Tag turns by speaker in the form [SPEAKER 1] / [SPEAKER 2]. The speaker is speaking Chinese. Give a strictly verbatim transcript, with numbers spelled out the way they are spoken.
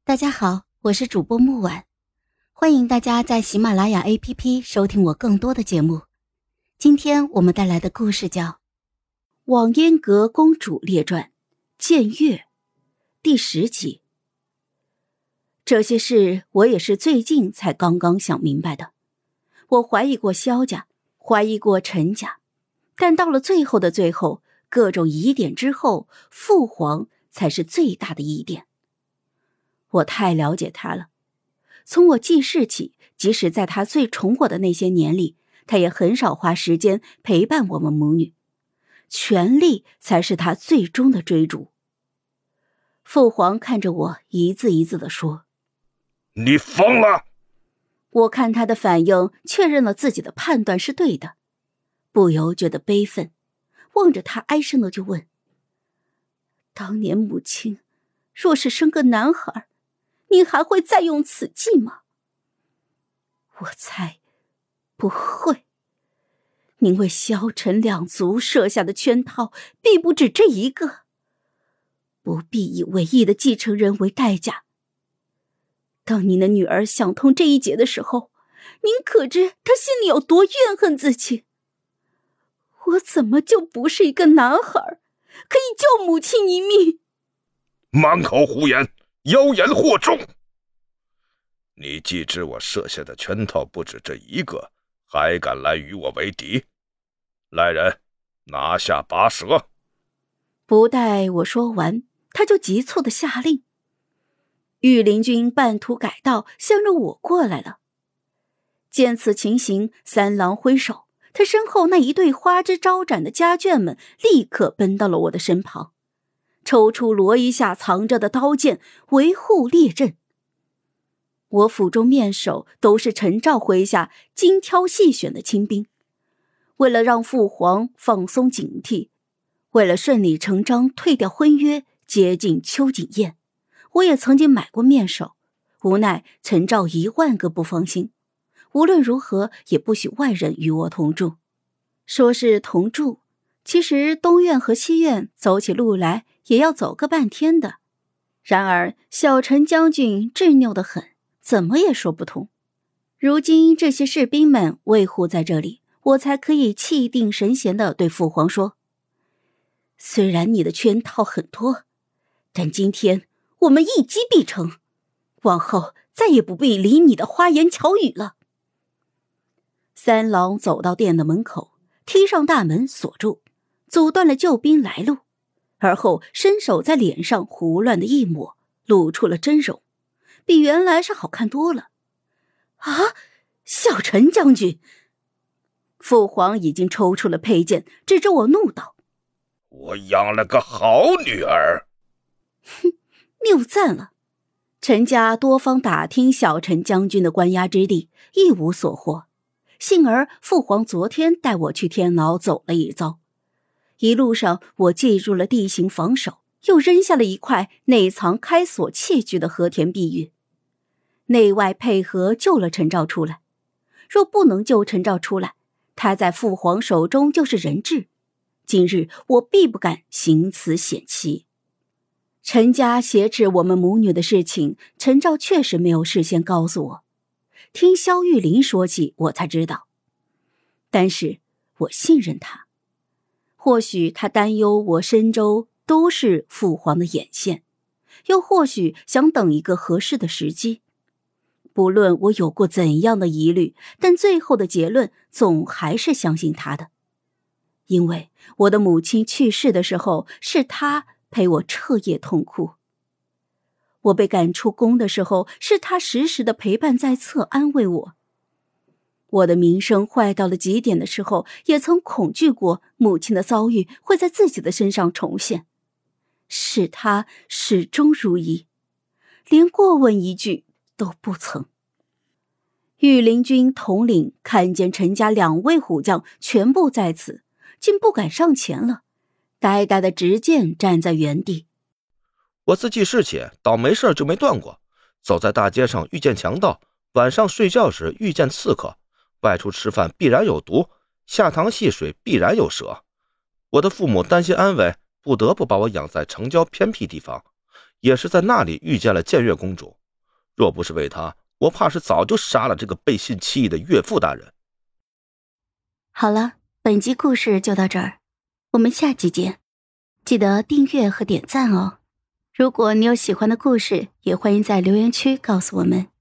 [SPEAKER 1] 大家好，我是主播木婉，欢迎大家在喜马拉雅 A P P 收听我更多的节目。今天我们带来的故事叫《网烟阁公主列传》剑月第十集。这些事我也是最近才刚刚想明白的。我怀疑过萧家，怀疑过陈家，但到了最后的最后，各种疑点之后，父皇才是最大的疑点。我太了解他了，从我记事起，即使在他最宠我的那些年里，他也很少花时间陪伴我们母女，权力才是他最终的追逐。父皇看着我，一字一字地说：
[SPEAKER 2] 你疯了！
[SPEAKER 1] 我看他的反应，确认了自己的判断是对的，不由觉得悲愤，望着他哀声的就问：当年母亲若是生个男孩，你还会再用此计吗？我猜不会。您为萧陈两族设下的圈套必不止这一个，不必以唯一的继承人为代价。当您的女儿想通这一劫的时候，您可知她心里有多怨恨自己？我怎么就不是一个男孩，可以救母亲一命？
[SPEAKER 2] 满口胡言，妖言惑众！你既知我设下的圈套不止这一个，还敢来与我为敌？来人，拿下拔舌！
[SPEAKER 1] 不待我说完，他就急促地下令。御林军半途改道，向着我过来了。见此情形，三郎挥手，他身后那一对花枝招展的家眷们立刻奔到了我的身旁，抽出罗衣下藏着的刀剑，维护列阵。我府中面首都是陈照麾下精挑细选的亲兵，为了让父皇放松警惕，为了顺理成章退掉婚约，接近邱景燕，我也曾经买过面首，无奈陈照一万个不放心，无论如何也不许外人与我同住。说是同住，其实东院和西院走起路来也要走个半天的。然而小陈将军执拗得很，怎么也说不通。如今这些士兵们卫护在这里，我才可以气定神闲地对父皇说：虽然你的圈套很多，但今天我们一击必成，往后再也不必理你的花言巧语了。三郎走到殿的门口，踢上大门锁住，阻断了救兵来路，而后伸手在脸上胡乱的一抹，露出了真容，比原来是好看多了。啊，小陈将军！父皇已经抽出了佩剑，指着我怒道：
[SPEAKER 2] 我养了个好女儿！
[SPEAKER 1] 哼，谬赞了。陈家多方打听小陈将军的关押之地，一无所获。幸而父皇昨天带我去天牢走了一遭，一路上我记住了地形防守，又扔下了一块内藏开锁器具的和田碧玉，内外配合救了陈照出来。若不能救陈照出来，他在父皇手中就是人质，今日我必不敢行此险棋。陈家挟持我们母女的事情，陈照确实没有事先告诉我，听萧玉林说起我才知道。但是我信任他，或许他担忧我深州都是父皇的眼线，又或许想等一个合适的时机。不论我有过怎样的疑虑，但最后的结论总还是相信他的。因为我的母亲去世的时候，是他陪我彻夜痛哭；我被赶出宫的时候，是他时时的陪伴在侧，安慰我。我的名声坏到了极点的时候，也曾恐惧过母亲的遭遇会在自己的身上重现，是他始终如一，连过问一句都不曾。御林军统领看见陈家两位虎将全部在此，竟不敢上前了，呆呆的执剑站在原地。
[SPEAKER 3] 我自记事起，倒霉事就没断过，走在大街上遇见强盗，晚上睡觉时遇见刺客，外出吃饭必然有毒，下塘戏水必然有蛇。我的父母担心安危，不得不把我养在城郊偏僻地方，也是在那里遇见了建月公主。 若不是为他，我怕是早就杀了这个背信弃义的岳父大人。
[SPEAKER 1] 好了，本集故事就到这儿，我们下集见，记得订阅和点赞哦。如果你有喜欢的故事，也欢迎在留言区告诉我们。